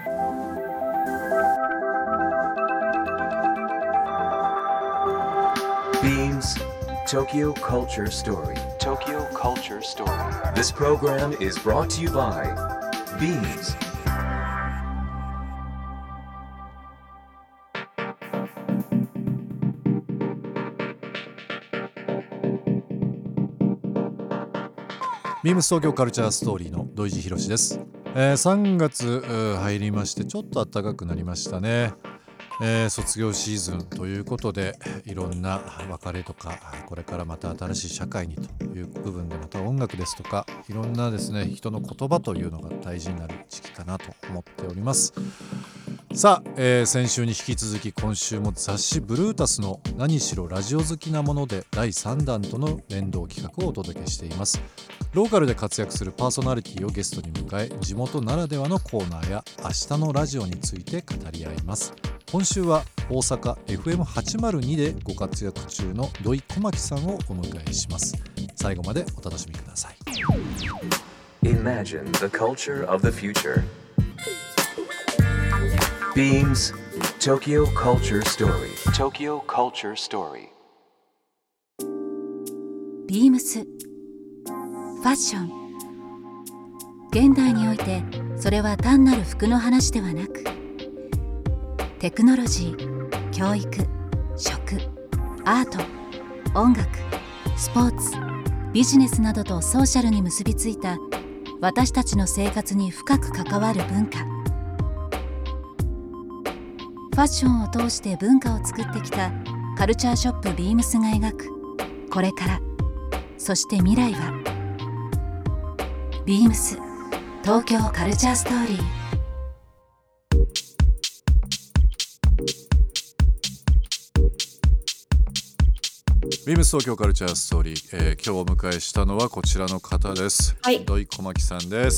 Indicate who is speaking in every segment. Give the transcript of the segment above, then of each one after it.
Speaker 1: Beams Tokyo Culture Story. Tokyo Culture Story. This program is brought to you by Beams.
Speaker 2: ビームス東京カルチャーストーリーの土井地博です。3月入りましてちょっと暖かくなりましたね。卒業シーズンということでいろんな別れとかこれからまた新しい社会にという部分でまた音楽ですとかいろんなですね人の言葉というのが大事になる時期かなと思っております。さあ、先週に引き続き今週も雑誌ブルータスの何しろラジオ好きなもので第3弾との連動企画をお届けしています。ローカルで活躍するパーソナリティをゲストに迎え地元ならではのコーナーや明日のラジオについて語り合います。今週は大阪 FM802 でご活躍中の土井小牧さんをお迎えします。最後までお楽しみください。
Speaker 1: Imagine the culture of the future. Beams Tokyo Culture Story. Tokyo Culture Story.
Speaker 3: ビームスファッション。現代においてそれは単なる服の話ではなくテクノロジー、教育、食、アート、音楽、スポーツ、ビジネスなどとソーシャルに結びついた私たちの生活に深く関わる文化。ファッションを通して文化を作ってきたカルチャーショップビームスが描くこれから、そして未来はビームス東京カルチャーストーリー。
Speaker 2: ビームス東京カルチャーストーリー、今日お迎えしたのはこちらの方です、
Speaker 4: はい、
Speaker 2: 土井小牧さんです。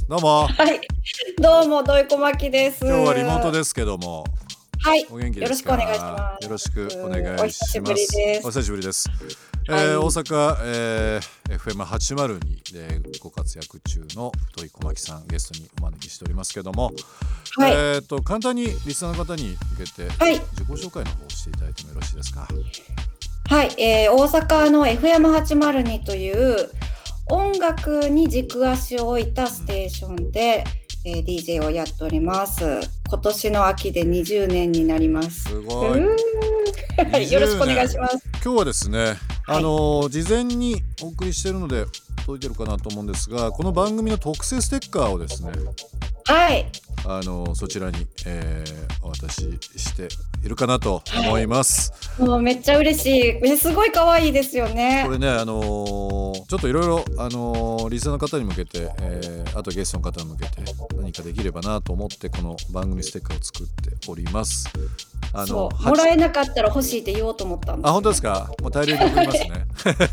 Speaker 2: どうも。
Speaker 4: はい、どうも土井小牧です。
Speaker 2: 今日はリモートですけども、
Speaker 4: はい、
Speaker 2: お元気ですか？
Speaker 4: よろしくお願いします。
Speaker 2: よろしくお願いします。
Speaker 4: お久しぶりです。
Speaker 2: お久しぶりです。
Speaker 4: はい、
Speaker 2: 大阪、FM802 でご活躍中の土井小牧さんゲストにお招きしておりますけども、
Speaker 4: はい、
Speaker 2: 簡単にリスナーの方に向けて、
Speaker 4: はい、
Speaker 2: 自己紹介の方をしていただいてもよろしいですか？
Speaker 4: はい、大阪の FM802 という音楽に軸足を置いたステーションで、DJ をやっております。今年の秋で20年になります。
Speaker 2: すごい。
Speaker 4: はい、よろしくお願いします。
Speaker 2: 今日はですね、
Speaker 4: はい、
Speaker 2: 事前にお送りしているので届いてるかなと思うんですが、この番組の特製ステッカーをですね、
Speaker 4: はい、
Speaker 2: そちらに、お渡ししているかなと思います、
Speaker 4: はい、もうめっちゃ嬉しい。すごい可愛いですよね。
Speaker 2: これね、ちょっといろいろリスナーの方に向けて、あとゲストの方に向けて何かできればなと思ってこの番組ステッカーを作っております。
Speaker 4: そうもらえなかったら欲しいって言おうと思ったんです。
Speaker 2: あ、本当ですか？もう大量に送りますね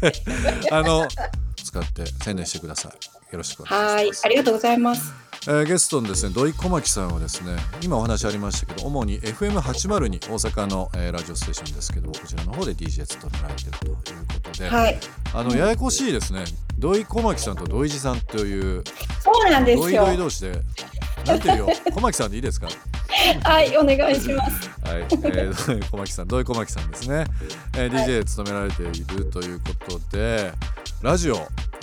Speaker 2: 使って宣伝してください。よろしくお願いします。
Speaker 4: はい、ありがとうございます。
Speaker 2: ゲストのですね土井小牧さんはですね、今お話ありましたけど主に FM802 大阪の、ラジオステーションですけども、こちらの方で DJ 務められているということで、
Speaker 4: はい、
Speaker 2: ややこしいですね。土井小牧さんと土井地さんという
Speaker 4: そうなんですよ。
Speaker 2: 土井同士でなんていうよ小牧さんでいいですか？
Speaker 4: はい、お願いします。
Speaker 2: はい、小牧さん、土井小牧さんですね、DJ 務められているということで、ラジオ、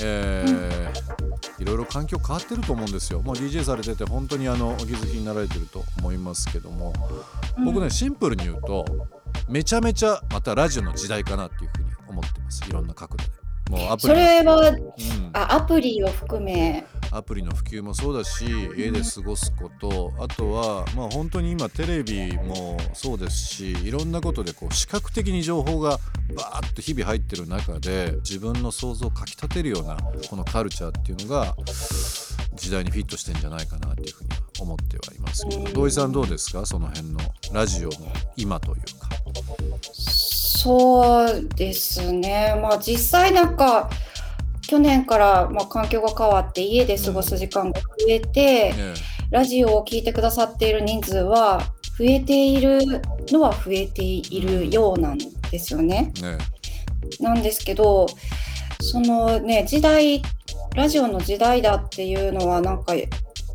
Speaker 2: いろいろ環境変わってると思うんですよ。もう DJ されてて本当にお気づきになられてると思いますけども、僕ねシンプルに言うとめちゃめちゃまたラジオの時代かなっていうふうに思ってます。いろんな角度で。もうアプリ
Speaker 4: それは、アプリを含め
Speaker 2: アプリの普及もそうだし、家で過ごすこと、あとはまあ本当に今テレビもそうですし、いろんなことでこう視覚的に情報がバーッと日々入ってる中で自分の想像をかきたてるようなこのカルチャーっていうのが時代にフィットしてんじゃないかなっていうふうには思ってはいますけど、土井さんどうですか？その辺のラジオの今というか。
Speaker 4: そうですね、まあ実際なんか去年から環境が変わって家で過ごす時間が増えて、ラジオを聞いてくださっている人数は増えているのは増えているようなんですよね。なんですけど、そのね時代、ラジオの時代だっていうのはなんか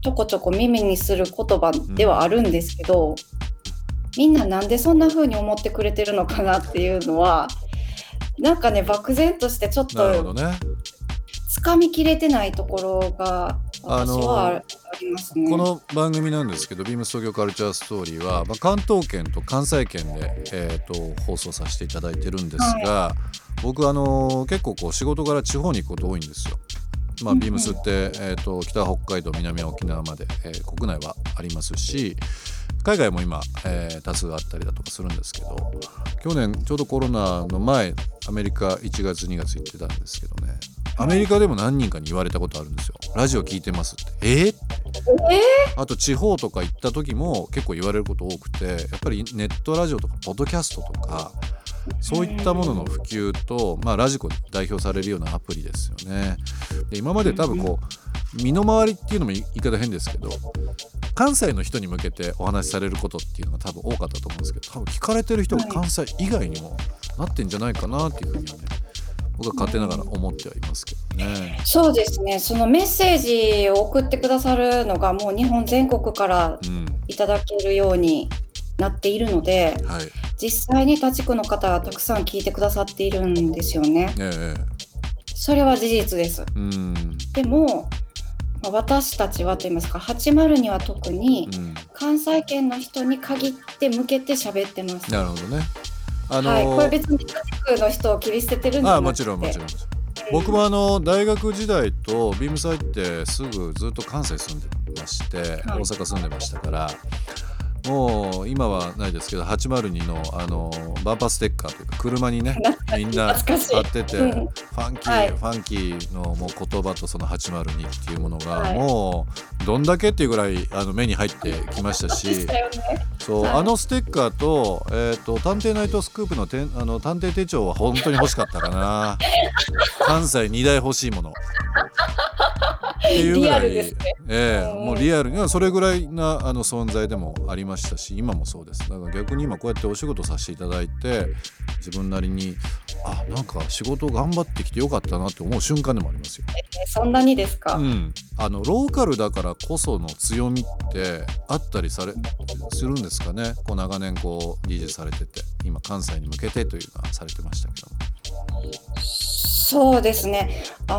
Speaker 4: ちょこちょこ耳にする言葉ではあるんですけど、みんななんでそんな風に思ってくれてるのかなっていうのはなんかね、漠然としてちょっとつかみきれてないところが私はありますね。
Speaker 2: この番組なんですけど、ビームス東京カルチャーストーリーは、関東圏と関西圏で、放送させていただいてるんですが、僕結構こう仕事から地方に行くこと多いんですよ。ビームスって、北北海道南沖縄まで、国内はありますし、海外も今、多数あったりだとかするんですけど、去年ちょうどコロナの前アメリカ1月2月行ってたんですけどね、アメリカでも何人かに言われたことあるんですよ。ラジオ聞いてますって。あと地方とか行った時も結構言われること多くて、やっぱりネットラジオとかポッドキャストとかそういったものの普及と、ラジコに代表されるようなアプリですよね。で、今まで多分こう身の回りっていうのも言い方変ですけど、関西の人に向けてお話しされることっていうのが多分多かったと思うんですけど、多分聞かれてる人が関西以外にもなってんじゃないかなっていうふうにはね、僕は勝手ながら思ってはいますけどね。
Speaker 4: そうですね。そのメッセージを送ってくださるのがもう日本全国からいただけるようになっているので、実際に他地区の方がたくさん聞いてくださっているんですよね。それは事実です。でも私たちはと言いますか、802は特に関西圏の人に限って向けて喋ってます。
Speaker 2: なるほどね。
Speaker 4: これ別に他地区の人を切り捨ててるんじゃなくて、
Speaker 2: もちろん僕も大学時代とビームス入ってすぐずっと関西住んでまして、大阪住んでましたから、もう今はないですけど802のバンパーステッカーというか車にねみんな貼ってて、ファンキーのもう言葉とその802っていうものがもうどんだけっていうぐらい目に入ってきましたし、そうステッカーと、探偵ナイトスクープの探偵手帳は本当に欲しかったかな。関西2台欲しいものっていうぐらい、もうリアルにはそれぐらいな存在でもありましたし、今もそうです。だから逆に今こうやってお仕事させていただいて、自分なりになんか仕事頑張ってきてよかったなって思う瞬間でもありますよ。
Speaker 4: そんなにですか？
Speaker 2: ローカルだからこその強みってあったりするんですかね。こう長年こう DJ されてて、今関西に向けてというのはされてましたけども。
Speaker 4: そうですね。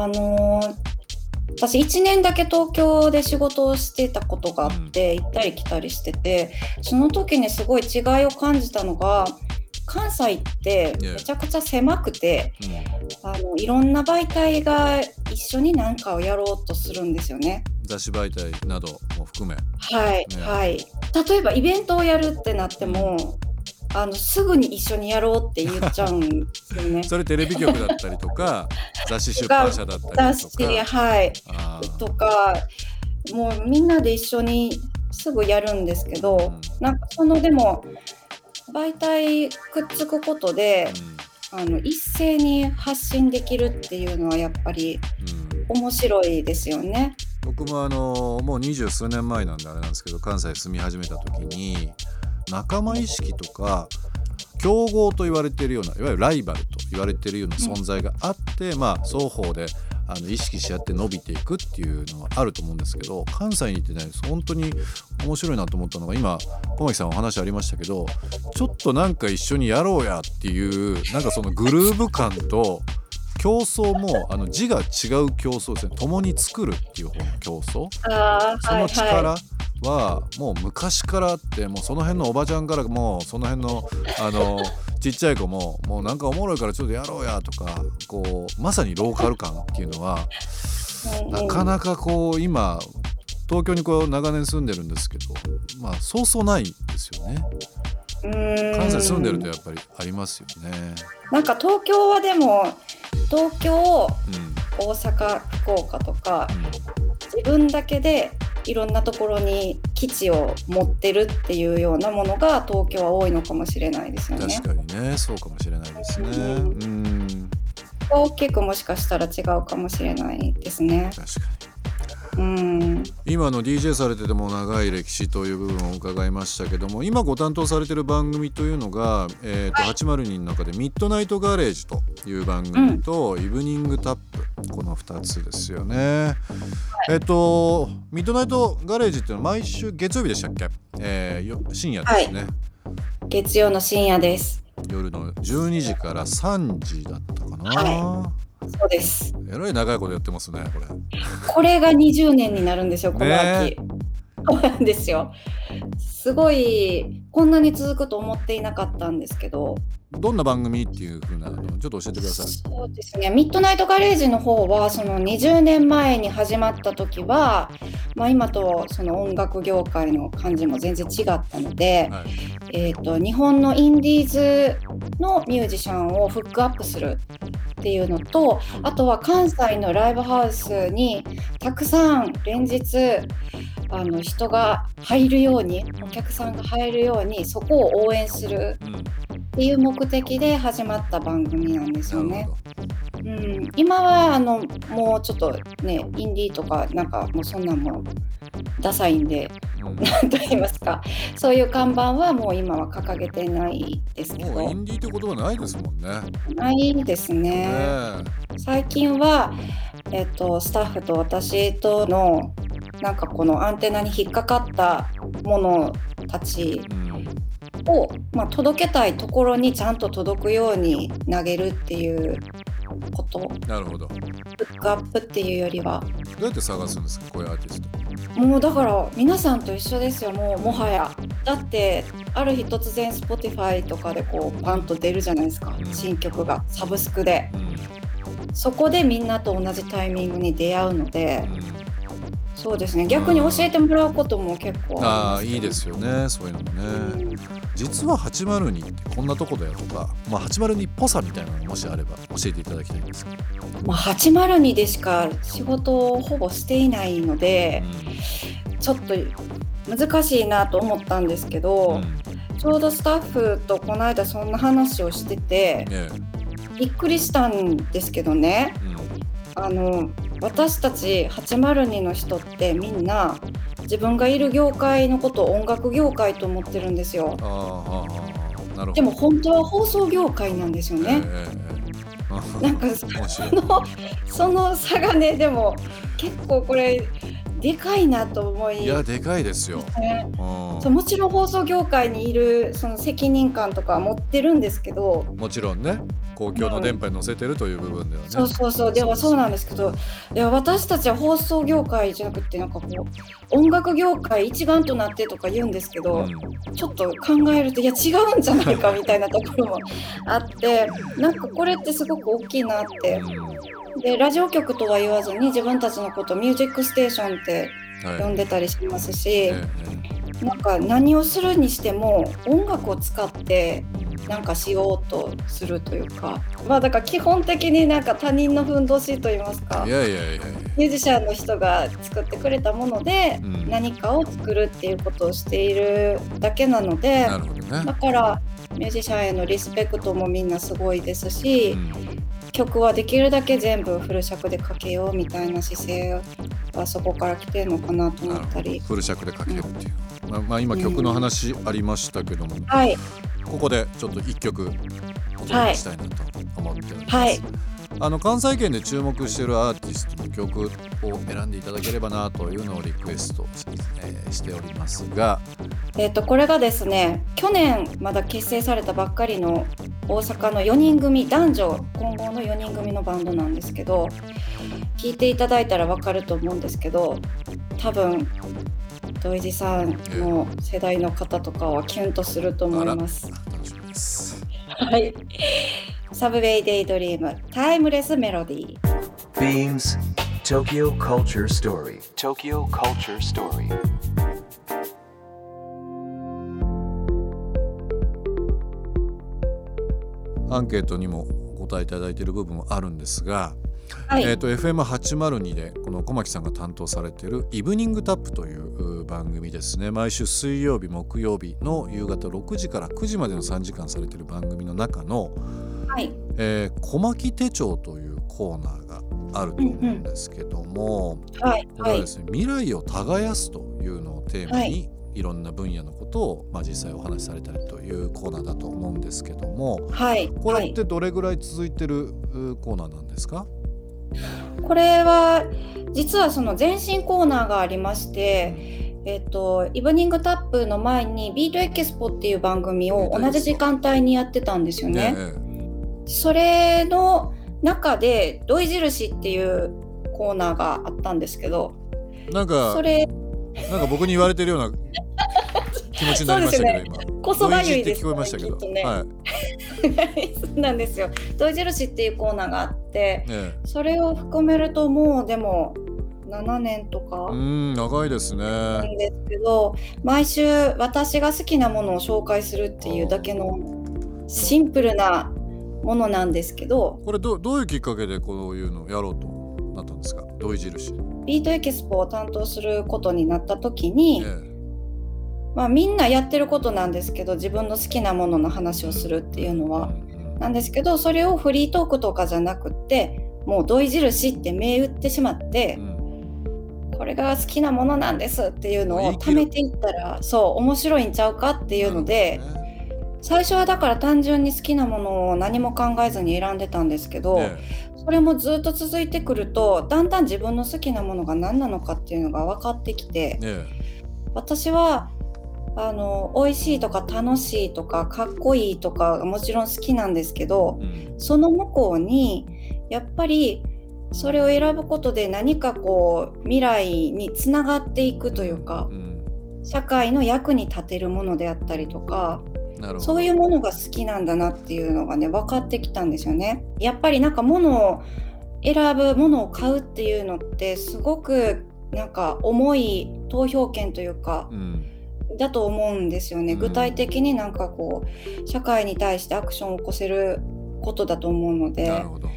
Speaker 4: 私1年だけ東京で仕事をしてたことがあって、行ったり来たりしてて、その時にすごい違いを感じたのが、関西ってめちゃくちゃ狭くて、いろんな媒体が一緒に何かをやろうとするんですよね。
Speaker 2: 雑誌媒体なども含め。
Speaker 4: 例えばイベントをやるってなっても、すぐに一緒にやろうって言っちゃうんですよね。
Speaker 2: それテレビ局だったりとか雑誌出版社だったりとか、
Speaker 4: 雑誌とか、もうみんなで一緒にすぐやるんですけど、なんかでも媒体くっつくことで、一斉に発信できるっていうのはやっぱり面白いですよね。
Speaker 2: 僕ももう20数年前なんであれなんですけど、関西住み始めた時に仲間意識とか競合と言われているような、いわゆるライバルと言われているような存在があって、双方で意識し合って伸びていくっていうのはあると思うんですけど、関西に行ってね、本当に面白いなと思ったのが、今小牧さんお話ありましたけど、ちょっとなんか一緒にやろうやっていうなんかそのグルーヴ感と競争も字が違う競争ですね。共に作るっていう方の競争、その力はもう昔からあって、もうその辺のおばちゃんからもうその辺のちっちゃい子ももうなんかおもろいからちょっとやろうやとか、こうまさにローカル感っていうのはなかなかこう今東京にこう長年住んでるんですけど、そうそうないですよね。関西住んでるとやっぱりありますよね。
Speaker 4: なんか東京はでも東京、大阪、福岡とか、自分だけでいろんなところに基地を持ってるっていうようなものが東京は多いのかもしれないですよね。
Speaker 2: 確かにね、そうかもしれないですね。
Speaker 4: 大きくもしかしたら違うかもしれないですね。
Speaker 2: 確かに。 今の DJ されてても長い歴史という部分を伺いましたけども、今ご担当されてる番組というのが、802の中でミッドナイトガレージという番組と、イブニングタップ、この2つですよね。ミッドナイトガレージっていうのは毎週月曜日でしたっけ？深夜ですね、
Speaker 4: 月曜の深夜です。
Speaker 2: 夜の12時から3時だったかな、
Speaker 4: そうです。
Speaker 2: えらい長いことやってますね、
Speaker 4: これが20年になるんですよ、この秋。そうなんですよ。すごい、こんなに続くと思っていなかったんですけど。
Speaker 2: どんな番組っていう風なのちょっと教えてください。
Speaker 4: そうですね、ミッドナイトガレージの方はその20年前に始まった時は、今とその音楽業界の感じも全然違ったので、日本のインディーズのミュージシャンをフックアップするっていうのと、あとは関西のライブハウスにたくさん連日人が入るように、お客さんが入るようにそこを応援するっていう目的で始まった番組なんですよね。今はもうちょっとね、インディーとかなんかもうそんなんもダサいんで、なんと言いますか、そういう看板はもう今は掲げてないですけど。
Speaker 2: もうインディーって言葉ないですもんね。
Speaker 4: ないですね。最近は、スタッフと私とのなんかこのアンテナに引っかかったものたちを、届けたいところにちゃんと届くように投げるっていうこと。
Speaker 2: なるほど。
Speaker 4: フックアップっていうよりは。
Speaker 2: どうやって探すんですか、こういうアーティスト。
Speaker 4: もうだから皆さんと一緒ですよ、もはや。だってある日突然 Spotify とかでこうパンと出るじゃないですか、新曲がサブスクで、そこでみんなと同じタイミングに出会うので、そうですね、逆に教えてもらうことも結構
Speaker 2: いいですよね、そういうのもね。実は802ってこんなとこだよとか、802っぽさみたいなのがもしあれば教えていただきたいんですけど。
Speaker 4: 802でしか仕事をほぼしていないので、ちょっと難しいなと思ったんですけど、ちょうどスタッフとこの間そんな話をしてて、びっくりしたんですけどね、私たち802の人ってみんな自分がいる業界のことを音楽業界と思ってるんですよ。でも本当は放送業界なんですよね。なんかその差がね、でも結構これでかいなと思い。
Speaker 2: いや、でかいですよ。
Speaker 4: もちろん放送業界にいるその責任感とかは持ってるんですけど、
Speaker 2: もちろんね、公共の電波に乗せてるという部分ではね。
Speaker 4: そうではそうなんですけど、いや私たちは放送業界じゃなくて、なんかこう音楽業界一丸となってとか言うんですけど、ちょっと考えるといや違うんじゃないかみたいなところもあって、なんかこれってすごく大きいなって。でラジオ局とは言わずに自分たちのことをミュージックステーションって呼んでたりしますし、なんか何をするにしても音楽を使ってなんかしようとするというか、だから基本的になんか他人のふんどしと言いますか、
Speaker 2: ミュ
Speaker 4: ージシャンの人が作ってくれたもので何かを作るっていうことをしているだけなので、だからミュージシャンへのリスペクトもみんなすごいですし、曲はできるだけ全部フル尺でかけようみたいな姿勢はそこから来てるのかなと思ったり。
Speaker 2: フル尺でかけるっていう、今曲の話ありましたけども、ここでちょっと1曲お届けしたいなと思っております。関西圏で注目しているアーティストの曲を選んでいただければなというのをリクエストしておりますが、
Speaker 4: これがですね、去年まだ結成されたばっかりの大阪の4人組、男女混合の4人組のバンドなんですけど、聴いていただいたら分かると思うんですけど、多分土井地さんの世代の方とかはキュンとすると思います。
Speaker 2: 楽しみです。
Speaker 4: はい、サブウェイデイドリーム、タイムレスメロディー。
Speaker 1: Beams Tokyo Culture Story. Tokyo Culture Story.
Speaker 2: アンケートにもお答えいただいている部分もあるんですが、FM802 でこの小牧さんが担当されているイブニングタップという番組ですね。毎週水曜日木曜日の夕方6時から9時までの3時間されている番組の中の、小牧手帳というコーナーがあると思うんですけども、
Speaker 4: はい
Speaker 2: これはですね、未来を耕すというのをテーマに、いろんな分野のことを、実際お話しされたりというコーナーだと思うんですけども、これってどれぐらい続いてるコーナーなんですか？
Speaker 4: これは実はその前身コーナーがありまして、イブニングタップの前にビートエキスポっていう番組を同じ時間帯にやってたんですよね。それの中で土井印っていうコーナーがあったんですけど、
Speaker 2: なんか僕に言われてるような気持ちになりましたけど、今
Speaker 4: こそばゆいです
Speaker 2: 土井印って聞こえましたけど、
Speaker 4: そうなんですよ。土井印っていうコーナーがあって、それを含めるともうでも7年とか
Speaker 2: 長いですね。
Speaker 4: なんですけど、毎週私が好きなものを紹介するっていうだけのシンプルなものなんですけど、
Speaker 2: これどういうきっかけでこういうのをやろうとなったんですか？土井印
Speaker 4: ビートエキスポを担当することになった時に、みんなやってることなんですけど、自分の好きなものの話をするっていうのはなんですけど、それをフリートークとかじゃなくってもう土井印って銘打ってしまって、これが好きなものなんですっていうのを貯めていったら、そう面白いんちゃうかっていうので、最初はだから単純に好きなものを何も考えずに選んでたんですけど、それもずっと続いてくるとだんだん自分の好きなものが何なのかっていうのが分かってきて、私は美味しいとか楽しいとかかっこいいとかもちろん好きなんですけど、その向こうにやっぱりそれを選ぶことで何かこう未来につながっていくというか、社会の役に立てるものであったりとか、そういうものが好きなんだなっていうのがね分かってきたんですよね。やっぱりなんか物を選ぶ、物を買うっていうのってすごくなんか重い投票権というか、だと思うんですよね。具体的になんかこう社会に対してアクションを起こせることだと思うので、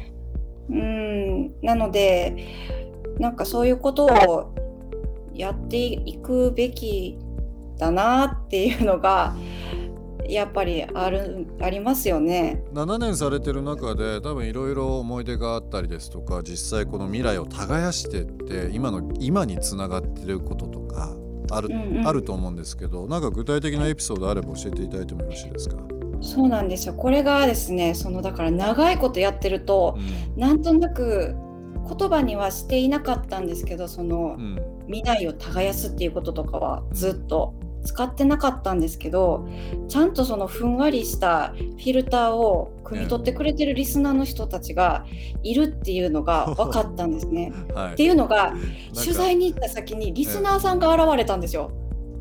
Speaker 4: なのでなんかそういうことをやっていくべきだなっていうのがやっぱりありますよね。
Speaker 2: 7年されてる中で多分いろいろ思い出があったりですとか、実際この未来を耕してって今につながってることとかあると思うんですけど、なんか具体的なエピソードあれば教えていただいてもよろしいですか？
Speaker 4: そうなんですよ。これがですね、だから長いことやってると、なんとなく言葉にはしていなかったんですけど、未来を耕すっていうこととかはずっと使ってなかったんですけど、ちゃんとふんわりしたフィルターを汲み取ってくれてるリスナーの人たちがいるっていうのが分かったんですね。っていうのが取材に行った先にリスナーさんが現れたんですよ。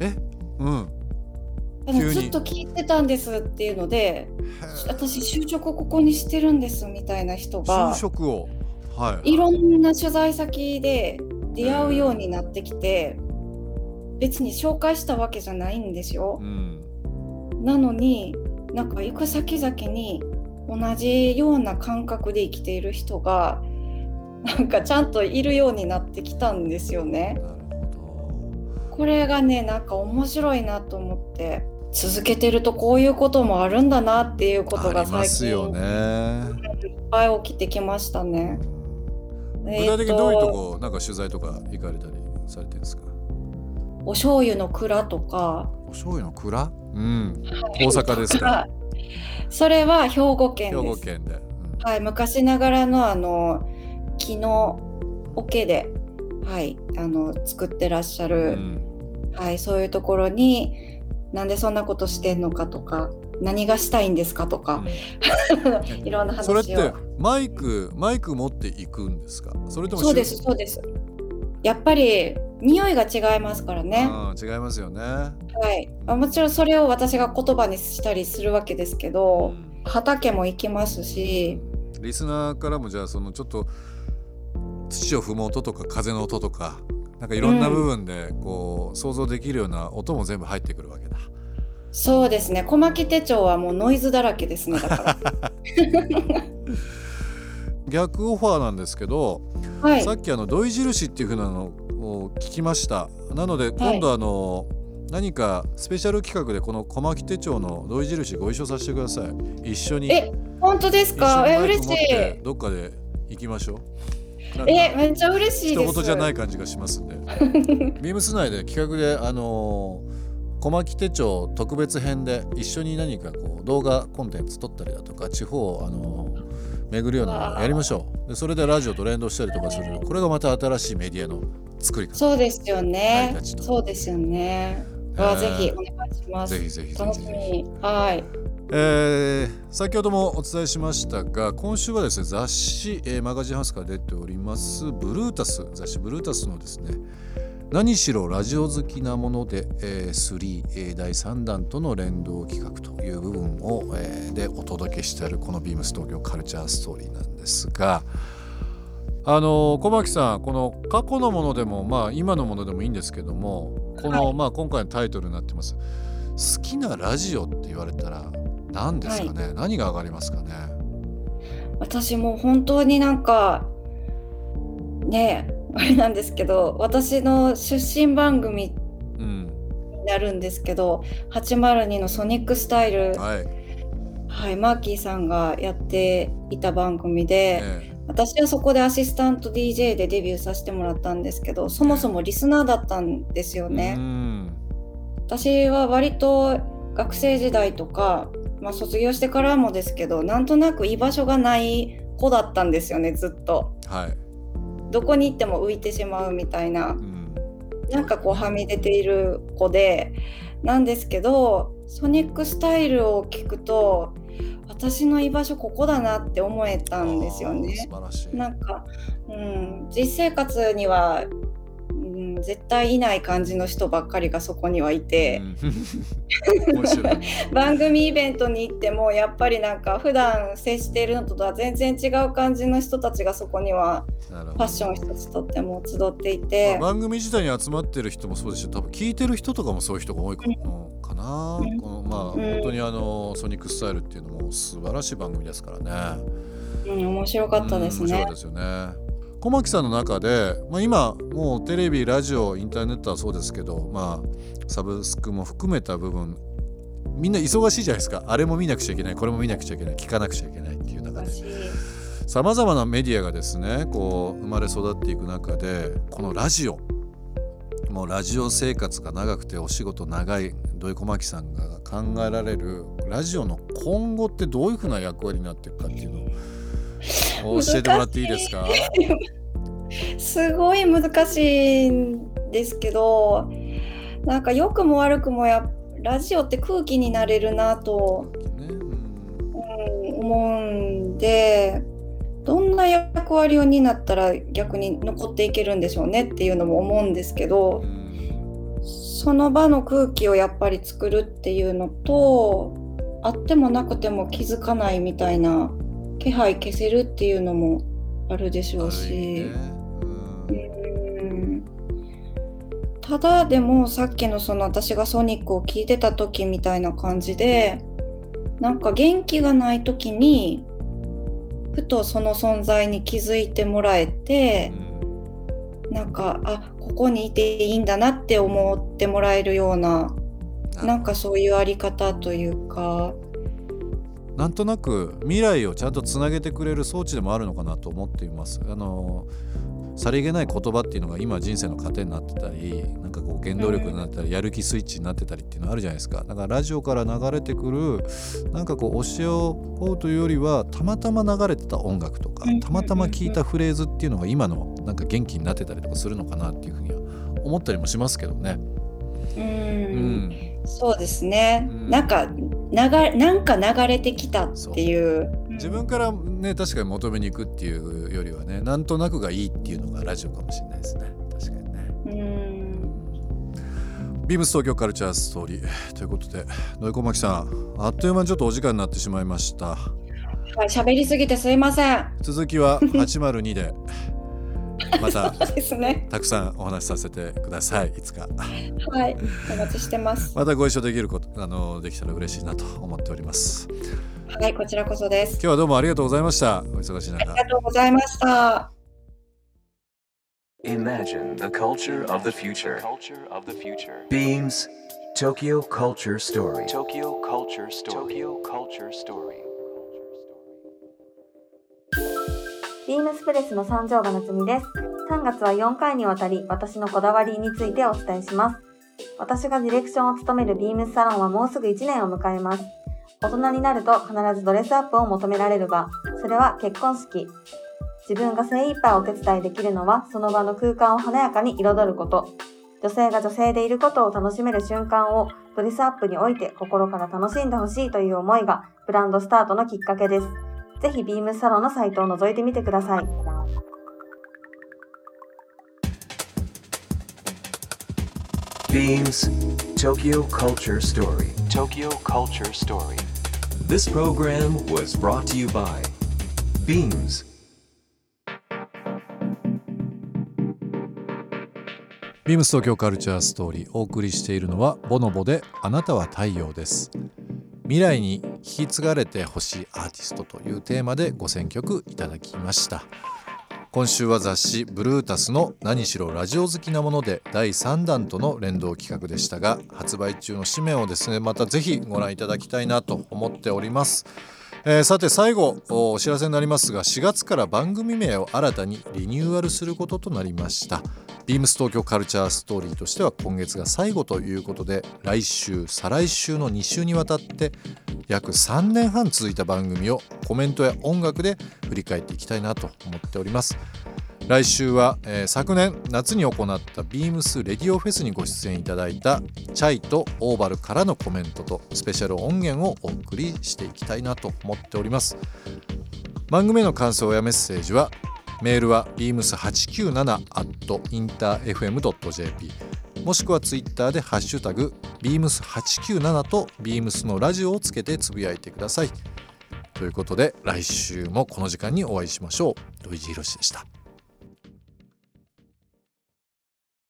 Speaker 4: ずっと聞いてたんですっていうので、私就職ここにしてるんですみたいな人が
Speaker 2: 就職を、
Speaker 4: いろんな取材先で出会うようになってきて、別に紹介したわけじゃないんですよ。なのになんか行く先々に同じような感覚で生きている人がなんかちゃんといるようになってきたんですよね。これがねなんか面白いなと思って、続けてるとこういうこともあるんだなっていうことが最近いっぱい起きてきましたね。
Speaker 2: 具体的にどういうとこなんか取材とか行かれたりされてるんですか？
Speaker 4: お醤油の蔵とか。
Speaker 2: お醤油の蔵？大阪ですか？
Speaker 4: それは兵庫県です。
Speaker 2: 兵庫県で、
Speaker 4: 昔ながらの木の桶で、作ってらっしゃる、そういうところになんでそんなことしてんのかとか、何がしたいんですかとか、いろんな話を。
Speaker 2: それってマイク持っていくんですか？それとも
Speaker 4: そうです。やっぱり匂いが違いますからね。
Speaker 2: 違いますよね。
Speaker 4: もちろんそれを私が言葉にしたりするわけですけど、畑も行きますし、
Speaker 2: リスナーからもじゃあちょっと土を踏む音とか風の音とか、なんかいろんな部分でこう想像できるような音も全部入ってくるわけだ。
Speaker 4: そうですね。小牧手帳はもうノイズだらけですね。だから
Speaker 2: 逆オファーなんですけど、さっき土井印っていう風なのを聞きました。なので今度何かスペシャル企画でこの小牧手帳の土井印ご一緒させてください。一緒に。
Speaker 4: 本当ですか？嬉しい。
Speaker 2: どっかで行きましょう。
Speaker 4: めっちゃ嬉しいです。
Speaker 2: 一言じゃない感じがしますんでビームス内で企画で小牧手帳特別編で一緒に何かこう動画コンテンツ撮ったりだとか地方を巡るようなのをやりましょう。でそれでラジオと連動したりとかする、これがまた新しいメディアの作り方。
Speaker 4: そうですよね。そうですよね。ぜひお願いします。
Speaker 2: ぜひぜひ
Speaker 4: 楽しみに。はい。
Speaker 2: 先ほどもお伝えしましたが、今週はですね雑誌、マガジンハウスから出ておりますブルータス、雑誌ブルータスのですね何しろラジオ好きなもので、3、第3弾との連動企画という部分を、でお届けしているこのビームス東京カルチャーストーリーなんですが、小牧さん、この過去のものでも、今のものでもいいんですけども、この、今回のタイトルになってます好きなラジオって言われたら何ですかね、何が上がりますかね。
Speaker 4: 私も本当になんかねあれなんですけど、私の出身番組になるんですけど、802のソニックスタイル、マーキーさんがやっていた番組で、私はそこでアシスタント DJ でデビューさせてもらったんですけど、そもそもリスナーだったんですよね。私は割と学生時代とか、卒業してからもですけど、なんとなく居場所がない子だったんですよね、ずっと。どこに行っても浮いてしまうみたいな、なんかこうはみ出ている子でなんですけど、ソニックスタイルを聞くと私の居場所ここだなって思えたんですよね。
Speaker 2: 素晴らしい。
Speaker 4: なんか、実生活には、絶対いない感じの人ばっかりがそこにはいて、
Speaker 2: 面白い
Speaker 4: 番組イベントに行ってもやっぱりなんか普段接しているのとは全然違う感じの人たちがそこにはファッション一つとっても集っていて、
Speaker 2: 番組自体に集まってる人もそうですし、多分聞いてる人とかもそういう人が多いかな、本当にソニックスタイルっていうのも素晴らしい番組ですからね。
Speaker 4: 面白かったですね。
Speaker 2: 面白いですよね。小牧さんの中で、今もうテレビ、ラジオ、インターネットはそうですけど、サブスクも含めた部分、みんな忙しいじゃないですか。あれも見なくちゃいけない、これも見なくちゃいけない、聞かなくちゃいけないっていう中で、さまざまなメディアがですねこう生まれ育っていく中で、このラジオ、もうラジオ生活が長くてお仕事長い土井小牧さんが考えられるラジオの今後ってどういうふうな役割になっていくかっていうのを教えてもらっていいですか？
Speaker 4: すごい難しいんですけど、なんか良くも悪くもラジオって空気になれるなと、思うんで、どんな役割を担ったら逆に残っていけるんでしょうねっていうのも思うんですけど、その場の空気をやっぱり作るっていうのと、あってもなくても気づかないみたいな気配消せるっていうのもあるでしょうし、ただでもさっきのその私がソニックを聞いてた時みたいな感じで、なんか元気がない時にふとその存在に気づいてもらえて、なんかここにいていいんだなって思ってもらえるような、なんかそういうあり方というか、
Speaker 2: なんとなく未来をちゃんとつなげてくれる装置でもあるのかなと思っています。さりげない言葉っていうのが今人生の糧になってたり、なんかこう原動力になったり、やる気スイッチになってたりっていうのあるじゃないですか。だからラジオから流れてくるなんかこう教えを請うというよりは、たまたま流れてた音楽とか、たまたま聞いたフレーズっていうのが今のなんか元気になってたりとかするのかなっていうふうには思ったりもしますけどね。
Speaker 4: そうですね、なんか流れてきたっていう、
Speaker 2: 自分からね確かに求めに行くっていうよりはね、なんとなくがいいっていうのがラジオかもしれないですね。確かにね。ビームス東京カルチャーストーリーということで、土井小牧さん、あっという間にちょっとお時間になってしまいました。
Speaker 4: 喋りすぎてすいません。
Speaker 2: 続きは802でまた
Speaker 4: ですね、
Speaker 2: たくさんお話しさせてください、いつか。
Speaker 4: はい、お待ちしてます。
Speaker 2: またご一緒できることできたら嬉しいなと思っております。
Speaker 4: はい、こちらこそです。
Speaker 2: 今日はどうもありがとうございました。お忙しい中。
Speaker 4: ありがとうございました。
Speaker 1: Imagine the culture of the future. Beams Tokyo Culture Story. Tokyo Culture Story.
Speaker 5: ビームスプレスの三条が夏美です。3月は4回にわたり私のこだわりについてお伝えします。私がディレクションを務めるビームスサロンはもうすぐ1年を迎えます。大人になると必ずドレスアップを求められる場、それは結婚式。自分が精一杯お手伝いできるのはその場の空間を華やかに彩ること。女性が女性でいることを楽しめる瞬間をドレスアップにおいて心から楽しんでほしいという思いがブランドスタートのきっかけです。ぜひビームスサロンのサイトを覗いてみてください。
Speaker 1: Beams Tokyo Culture Story. Tokyo Culture Story. This program was brought to you by Beams.
Speaker 2: ビームス東京カルチャーストーリー、お送りしているのはボノボであなたは太陽です。未来に引き継がれてほしいアーティストというテーマでご選曲いただきました。今週は雑誌ブルータスの何しろラジオ好きなもので第3弾との連動企画でしたが、発売中の紙面をですねまたぜひご覧いただきたいなと思っております。さて最後お知らせになりますが、4月から番組名を新たにリニューアルすることとなりました。ビームス東京カルチャーストーリーとしては今月が最後ということで、来週再来週の2週にわたって約3年半続いた番組をコメントや音楽で振り返っていきたいなと思っております。来週は、昨年夏に行ったビームスレディオフェスにご出演いただいたチャイとオーバルからのコメントとスペシャル音源をお送りしていきたいなと思っております。番組への感想やメッセージはメールは beams897@interfm.jp もしくはツイッターでハッシュタグ beams897 と beams のラジオをつけてつぶやいてください。ということで来週もこの時間にお会いしましょう。土井地博でした。